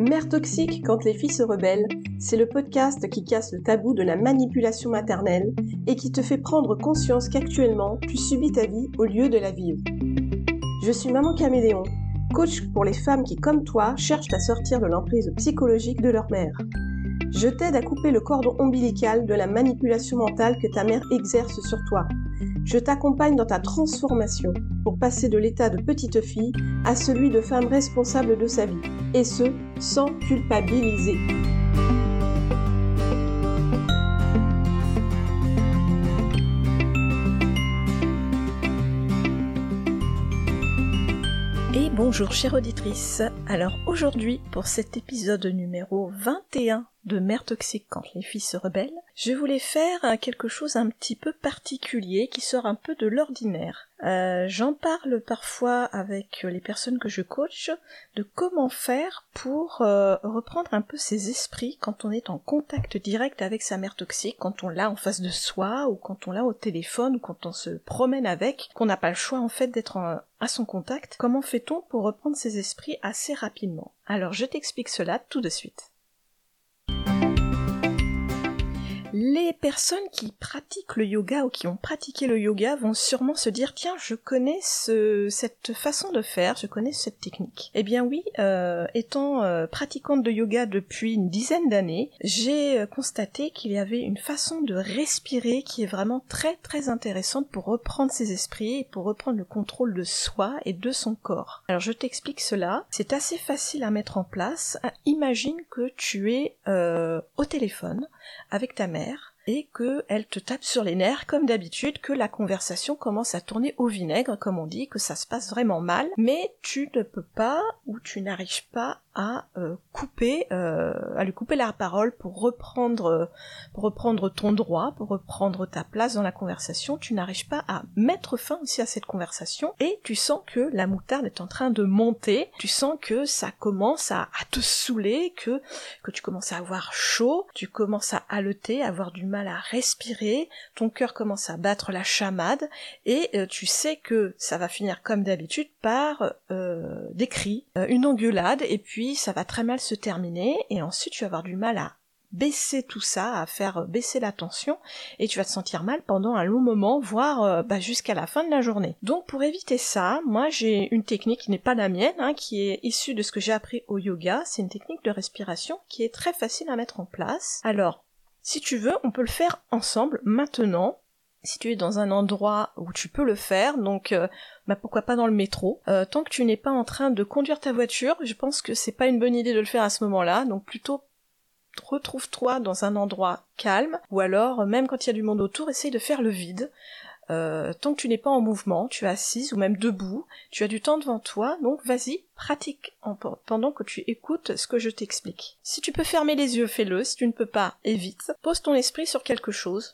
Mère toxique quand les filles se rebellent, c'est le podcast qui casse le tabou de la manipulation maternelle et qui te fait prendre conscience qu'actuellement, tu subis ta vie au lieu de la vivre. Je suis Maman Caméléon, coach pour les femmes qui, comme toi, cherchent à sortir de l'emprise psychologique de leur mère. Je t'aide à couper le cordon ombilical de la manipulation mentale que ta mère exerce sur toi. Je t'accompagne dans ta transformation pour passer de l'état de petite fille à celui de femme responsable de sa vie, et ce, sans culpabiliser. Et bonjour chère auditrice, alors aujourd'hui pour cet épisode numéro 21 de Mère toxique quand les filles se rebellent, je voulais faire quelque chose un petit peu particulier qui sort un peu de l'ordinaire. J'en parle parfois avec les personnes que je coach de comment faire pour reprendre un peu ses esprits quand on est en contact direct avec sa mère toxique, quand on l'a en face de soi ou quand on l'a au téléphone ou quand on se promène avec, qu'on n'a pas le choix en fait d'être à son contact. Comment fait-on pour reprendre ses esprits assez rapidement? Alors je t'explique cela tout de suite. Les personnes qui pratiquent le yoga ou qui ont pratiqué le yoga vont sûrement se dire « Tiens, je connais cette façon de faire, je connais cette technique. » Eh bien oui, étant pratiquante de yoga depuis une dizaine d'années, j'ai constaté qu'il y avait une façon de respirer qui est vraiment très très intéressante pour reprendre ses esprits et pour reprendre le contrôle de soi et de son corps. Alors je t'explique cela, c'est assez facile à mettre en place. Imagine que tu es au téléphone avec ta mère et qu'elle te tape sur les nerfs comme d'habitude, que la conversation commence à tourner au vinaigre, comme on dit, que ça se passe vraiment mal, mais tu ne peux pas ou tu n'arrives pas à lui couper la parole pour reprendre ton droit, pour reprendre ta place dans la conversation. Tu n'arrives pas à mettre fin aussi à cette conversation et tu sens que la moutarde est en train de monter, tu sens que ça commence à te saouler, que tu commences à avoir chaud, tu commences à haleter, à avoir du mal à respirer, ton cœur commence à battre la chamade et tu sais que ça va finir comme d'habitude par des cris, une engueulade et puis ça va très mal se terminer et ensuite tu vas avoir du mal à baisser tout ça, à faire baisser la tension et tu vas te sentir mal pendant un long moment, voire jusqu'à la fin de la journée. Donc pour éviter ça, moi j'ai une technique qui n'est pas la mienne, qui est issue de ce que j'ai appris au yoga. C'est une technique de respiration qui est très facile à mettre en place. Alors, si tu veux, on peut le faire ensemble maintenant. Si tu es dans un endroit où tu peux le faire, donc pourquoi pas dans le métro. Tant que tu n'es pas en train de conduire ta voiture, je pense que c'est pas une bonne idée de le faire à ce moment-là, donc plutôt retrouve-toi dans un endroit calme, ou alors même quand il y a du monde autour, essaye de faire le vide. Tant que tu n'es pas en mouvement, tu es assise ou même debout, tu as du temps devant toi, donc vas-y, pratique pendant que tu écoutes ce que je t'explique. Si tu peux fermer les yeux, fais-le, si tu ne peux pas, évite. Pose ton esprit sur quelque chose.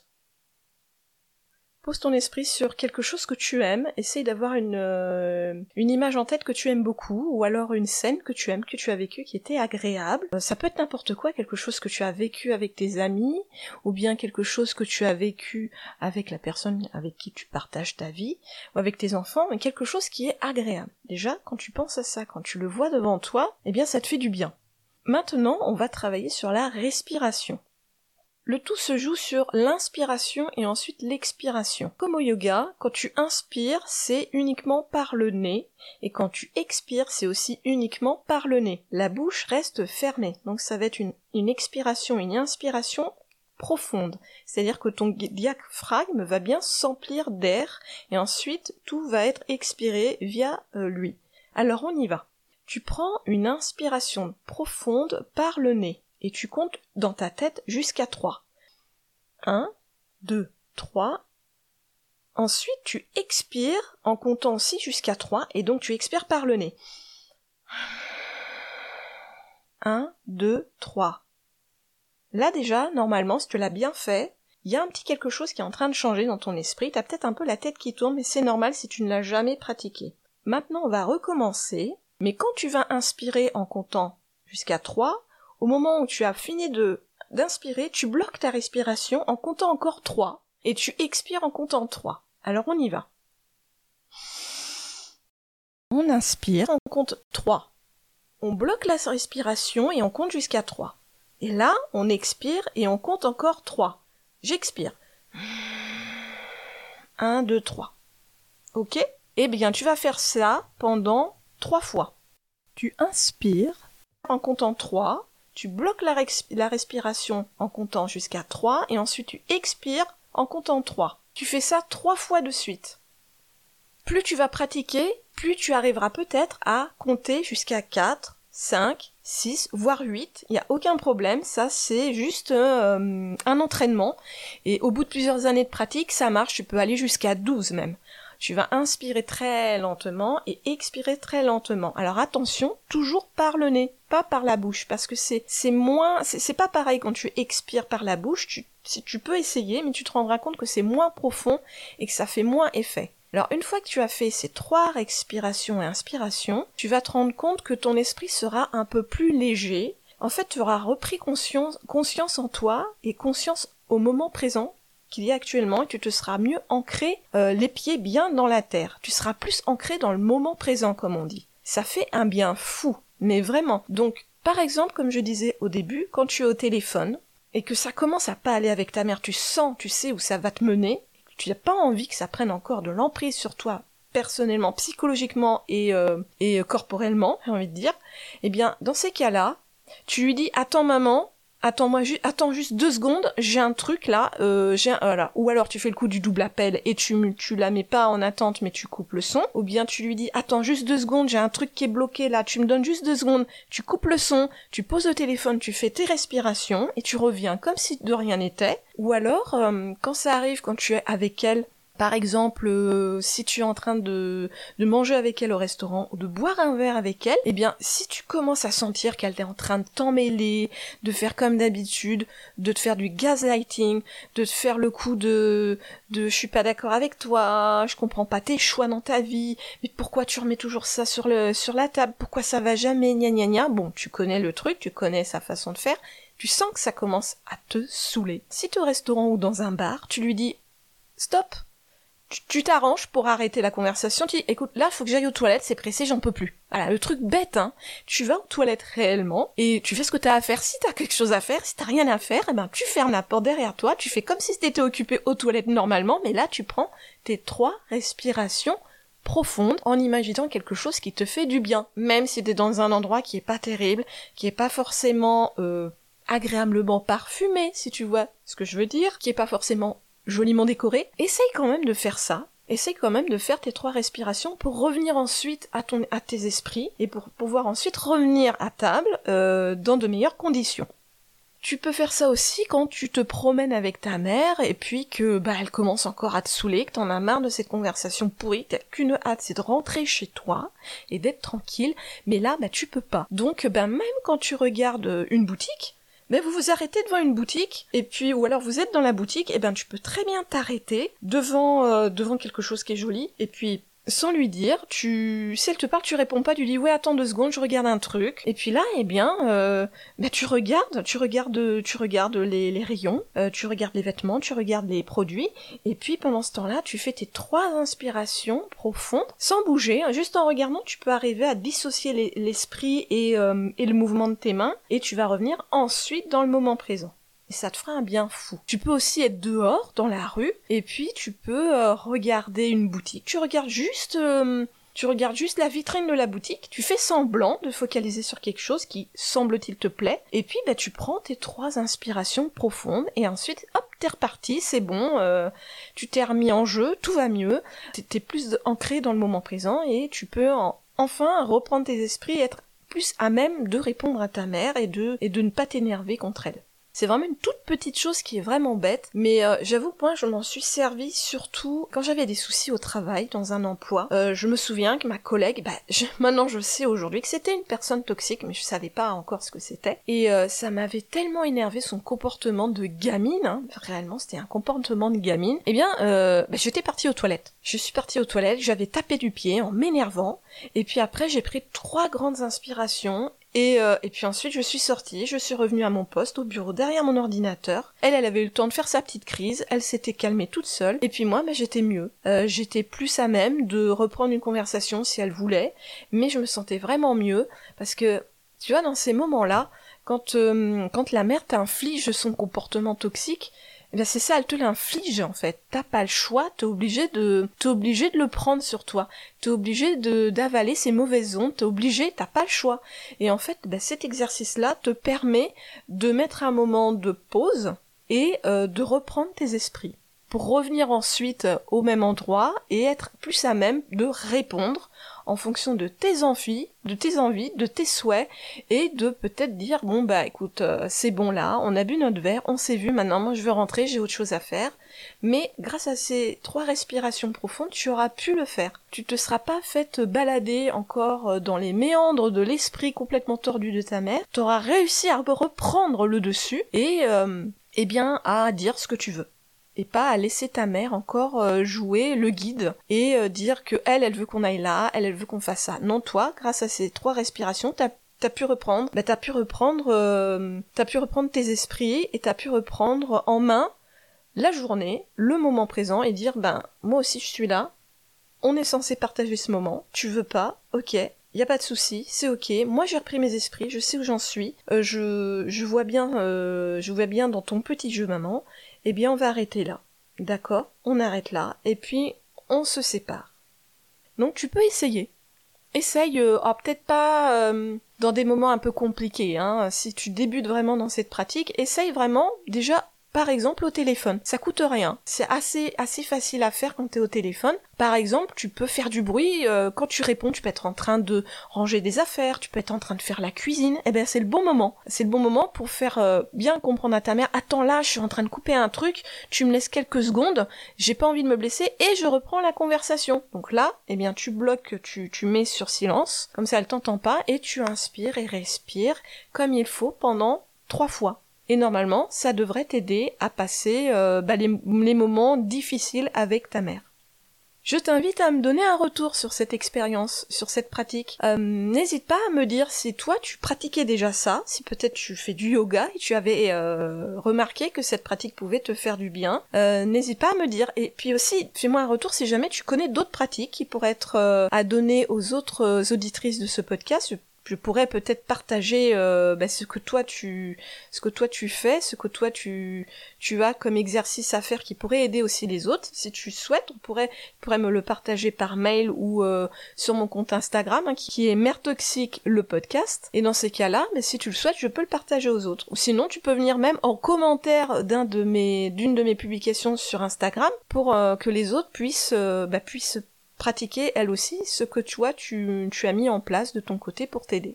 Pose ton esprit sur quelque chose que tu aimes, essaye d'avoir une image en tête que tu aimes beaucoup, ou alors une scène que tu aimes, que tu as vécue, qui était agréable. Ça peut être n'importe quoi, quelque chose que tu as vécu avec tes amis, ou bien quelque chose que tu as vécu avec la personne avec qui tu partages ta vie, ou avec tes enfants, mais quelque chose qui est agréable. Déjà, quand tu penses à ça, quand tu le vois devant toi, eh bien ça te fait du bien. Maintenant, on va travailler sur la respiration. Le tout se joue sur l'inspiration et ensuite l'expiration. Comme au yoga, quand tu inspires, c'est uniquement par le nez, et quand tu expires, c'est aussi uniquement par le nez. La bouche reste fermée, donc ça va être une expiration, une inspiration profonde. C'est-à-dire que ton diaphragme va bien s'emplir d'air, et ensuite tout va être expiré via lui. Alors on y va. Tu prends une inspiration profonde par le nez. Et tu comptes dans ta tête jusqu'à 3. 1, 2, 3. Ensuite, tu expires en comptant aussi jusqu'à 3, et donc tu expires par le nez. 1, 2, 3. Là déjà, normalement, si tu l'as bien fait, il y a un petit quelque chose qui est en train de changer dans ton esprit. Tu as peut-être un peu la tête qui tourne, mais c'est normal si tu ne l'as jamais pratiqué. Maintenant, on va recommencer, mais quand tu vas inspirer en comptant jusqu'à 3, au moment où tu as fini d'inspirer, tu bloques ta respiration en comptant encore 3, et tu expires en comptant 3. Alors on y va. On inspire, on compte 3. on bloque la respiration et on compte jusqu'à 3. Et là, on expire et on compte encore 3. J'expire. 1, 2, 3. Ok ? Eh bien, tu vas faire ça pendant 3 fois. Tu inspires en comptant 3, tu bloques la respiration en comptant jusqu'à 3, et ensuite tu expires en comptant 3. Tu fais ça 3 fois de suite. Plus tu vas pratiquer, plus tu arriveras peut-être à compter jusqu'à 4, 5, 6, voire 8. Il n'y a aucun problème, ça c'est juste un entraînement. Et au bout de plusieurs années de pratique, ça marche, tu peux aller jusqu'à 12 même. Tu vas inspirer très lentement et expirer très lentement. Alors attention, toujours par le nez, pas par la bouche, parce que c'est pas pareil quand tu expires par la bouche. Tu peux essayer, mais tu te rendras compte que c'est moins profond et que ça fait moins effet. Alors une fois que tu as fait ces 3 expirations et inspirations, tu vas te rendre compte que ton esprit sera un peu plus léger. En fait, tu auras repris conscience en toi et conscience au moment présent qu'il y a actuellement, et tu te seras mieux ancré les pieds bien dans la terre. Tu seras plus ancré dans le moment présent, comme on dit. Ça fait un bien fou, mais vraiment. Donc, par exemple, comme je disais au début, quand tu es au téléphone et que ça commence à pas aller avec ta mère, tu sais où ça va te mener, tu n'as pas envie que ça prenne encore de l'emprise sur toi, personnellement, psychologiquement et corporellement, j'ai envie de dire, eh bien, dans ces cas-là, tu lui dis « Attends maman, attends juste 2 secondes, j'ai un truc là, voilà. » Ou alors tu fais le coup du double appel et tu la mets pas en attente mais tu coupes le son. Ou bien tu lui dis « Attends juste 2 secondes, j'ai un truc qui est bloqué là, tu me donnes juste 2 secondes. » Tu coupes le son, tu poses le téléphone, tu fais tes respirations et tu reviens comme si de rien n'était. Ou alors, quand ça arrive, quand tu es avec elle, par exemple, si tu es en train de manger avec elle au restaurant ou de boire un verre avec elle, eh bien, si tu commences à sentir qu'elle est en train de t'emmêler, de faire comme d'habitude, de te faire du gaslighting, de te faire le coup de je suis pas d'accord avec toi, je comprends pas tes choix dans ta vie, mais pourquoi tu remets toujours ça sur la table, pourquoi ça va jamais, gna gna gna, bon, tu connais le truc, tu connais sa façon de faire, tu sens que ça commence à te saouler. Si tu es au restaurant ou dans un bar, tu lui dis « Stop !» Tu t'arranges pour arrêter la conversation, tu dis « Écoute, là, faut que j'aille aux toilettes, c'est pressé, j'en peux plus. » Voilà, le truc bête, hein. Tu vas aux toilettes réellement, et tu fais ce que t'as à faire. Si t'as quelque chose à faire, si t'as rien à faire, eh ben, tu fermes la porte derrière toi, tu fais comme si t'étais occupé aux toilettes normalement, mais là, tu prends tes 3 respirations profondes en imaginant quelque chose qui te fait du bien. Même si t'es dans un endroit qui est pas terrible, qui est pas forcément, agréablement parfumé, si tu vois ce que je veux dire, qui est pas forcément joliment décoré, essaye quand même de faire ça. Essaye quand même de faire tes 3 respirations pour revenir ensuite à tes esprits et pour pouvoir ensuite revenir à table dans de meilleures conditions. Tu peux faire ça aussi quand tu te promènes avec ta mère et puis que elle commence encore à te saouler, que t'en as marre de cette conversation pourrie, t'as qu'une hâte, c'est de rentrer chez toi et d'être tranquille, mais là tu peux pas. Donc même quand tu regardes une boutique, mais vous vous arrêtez devant une boutique, et puis, ou alors vous êtes dans la boutique, et tu peux très bien t'arrêter devant quelque chose qui est joli, et puis, sans lui dire, si elle te parle, tu réponds pas, tu dis ouais attends 2 secondes, je regarde un truc, et puis là, tu regardes les rayons, tu regardes les vêtements, tu regardes les produits, et puis pendant ce temps-là, tu fais tes 3 inspirations profondes, sans bouger, hein, juste en regardant, tu peux arriver à dissocier l'esprit et le mouvement de tes mains, et tu vas revenir ensuite dans le moment présent. Et ça te fera un bien fou. Tu peux aussi être dehors, dans la rue, et puis tu peux regarder une boutique. Tu regardes juste la vitrine de la boutique, tu fais semblant de focaliser sur quelque chose qui, semble-t-il, te plaît, et puis tu prends tes 3 inspirations profondes, et ensuite, hop, t'es reparti, c'est bon, tu t'es remis en jeu, tout va mieux, t'es plus ancré dans le moment présent, et tu peux enfin reprendre tes esprits et être plus à même de répondre à ta mère et de ne pas t'énerver contre elle. C'est vraiment une toute petite chose qui est vraiment bête, mais j'avoue que moi je m'en suis servi surtout quand j'avais des soucis au travail, dans un emploi. Je me souviens que ma collègue, maintenant je sais aujourd'hui que c'était une personne toxique, mais je savais pas encore ce que c'était. Et ça m'avait tellement énervé son comportement de gamine, hein, réellement c'était un comportement de gamine. Eh bien, j'étais partie aux toilettes. Je suis partie aux toilettes, j'avais tapé du pied en m'énervant, et puis après j'ai pris 3 grandes inspirations, et puis ensuite je suis sortie, je suis revenue à mon poste, au bureau, derrière mon ordinateur. Elle avait eu le temps de faire sa petite crise, elle s'était calmée toute seule, et puis moi, j'étais mieux. J'étais plus à même de reprendre une conversation si elle voulait, mais je me sentais vraiment mieux, parce que Tu vois, dans ces moments-là, quand la mère t'inflige son comportement toxique, eh bien c'est ça, elle te l'inflige en fait. T'as pas le choix, t'es obligé de le prendre sur toi. T'es obligé d'avaler ces mauvaises ondes, t'as pas le choix. Et en fait, cet exercice-là te permet de mettre un moment de pause et de reprendre tes esprits, pour revenir ensuite au même endroit et être plus à même de répondre en fonction de tes envies, de tes souhaits, et de peut-être dire, écoute, c'est bon là, on a bu notre verre, on s'est vu, maintenant moi je veux rentrer, j'ai autre chose à faire. Mais grâce à ces 3 respirations profondes, tu auras pu le faire. Tu te seras pas fait balader encore dans les méandres de l'esprit complètement tordu de ta mère, tu auras réussi à reprendre le dessus, et à dire ce que tu veux. Et pas à laisser ta mère encore jouer le guide et dire que elle veut qu'on aille là, elle veut qu'on fasse ça. Non, toi, grâce à ces 3 respirations, t'as pu reprendre tes esprits et t'as pu reprendre en main la journée, le moment présent et dire moi aussi je suis là, on est censé partager ce moment, tu veux pas, ok, y a pas de souci, c'est ok, moi j'ai repris mes esprits, je sais où j'en suis, je vois bien dans ton petit jeu maman, eh bien on va arrêter là, d'accord, on arrête là, et puis on se sépare. Donc tu peux essayer. Essaye, peut-être pas dans des moments un peu compliqués, si tu débutes vraiment dans cette pratique, essaye vraiment déjà. Par exemple au téléphone, ça coûte rien. C'est assez facile à faire quand t'es au téléphone. Par exemple, tu peux faire du bruit quand tu réponds, tu peux être en train de ranger des affaires, tu peux être en train de faire la cuisine. Eh bien c'est le bon moment. C'est le bon moment pour faire bien comprendre à ta mère, attends là, je suis en train de couper un truc, tu me laisses quelques secondes, j'ai pas envie de me blesser et je reprends la conversation. Donc là, tu bloques, tu mets sur silence, comme ça elle t'entend pas et tu inspires et respires comme il faut pendant 3 fois. Et normalement, ça devrait t'aider à passer les moments difficiles avec ta mère. Je t'invite à me donner un retour sur cette expérience, sur cette pratique. N'hésite pas à me dire si toi tu pratiquais déjà ça, si peut-être tu fais du yoga et tu avais remarqué que cette pratique pouvait te faire du bien. N'hésite pas à me dire. Et puis aussi, fais-moi un retour si jamais tu connais d'autres pratiques qui pourraient être à donner aux autres auditrices de ce podcast. Je pourrais peut-être partager ce que toi tu fais, ce que toi tu as comme exercice à faire qui pourrait aider aussi les autres. Si tu souhaites, tu pourrais me le partager par mail ou sur mon compte Instagram qui est Mère Toxique le podcast. Et dans ces cas-là, si tu le souhaites, je peux le partager aux autres. Ou sinon, tu peux venir même en commentaire d'une de mes publications sur Instagram pour que les autres puissent pratiquer elle aussi ce que tu as mis en place de ton côté pour t'aider.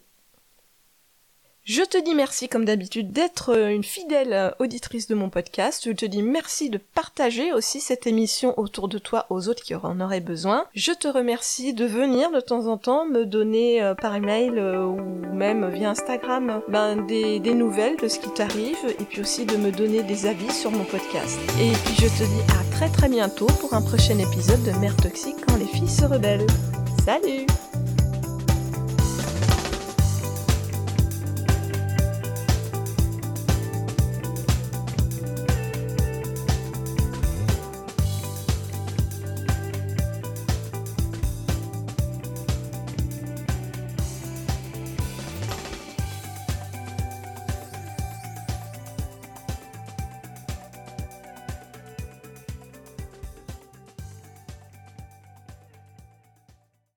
Je te dis merci comme d'habitude d'être une fidèle auditrice de mon podcast. Je te dis merci de partager aussi cette émission autour de toi aux autres qui en auraient besoin. Je te remercie de venir de temps en temps me donner par email ou même via Instagram des nouvelles de ce qui t'arrive et puis aussi de me donner des avis sur mon podcast. Et puis je te dis à très très bientôt pour un prochain épisode de Mère Toxique quand les filles se rebellent. Salut!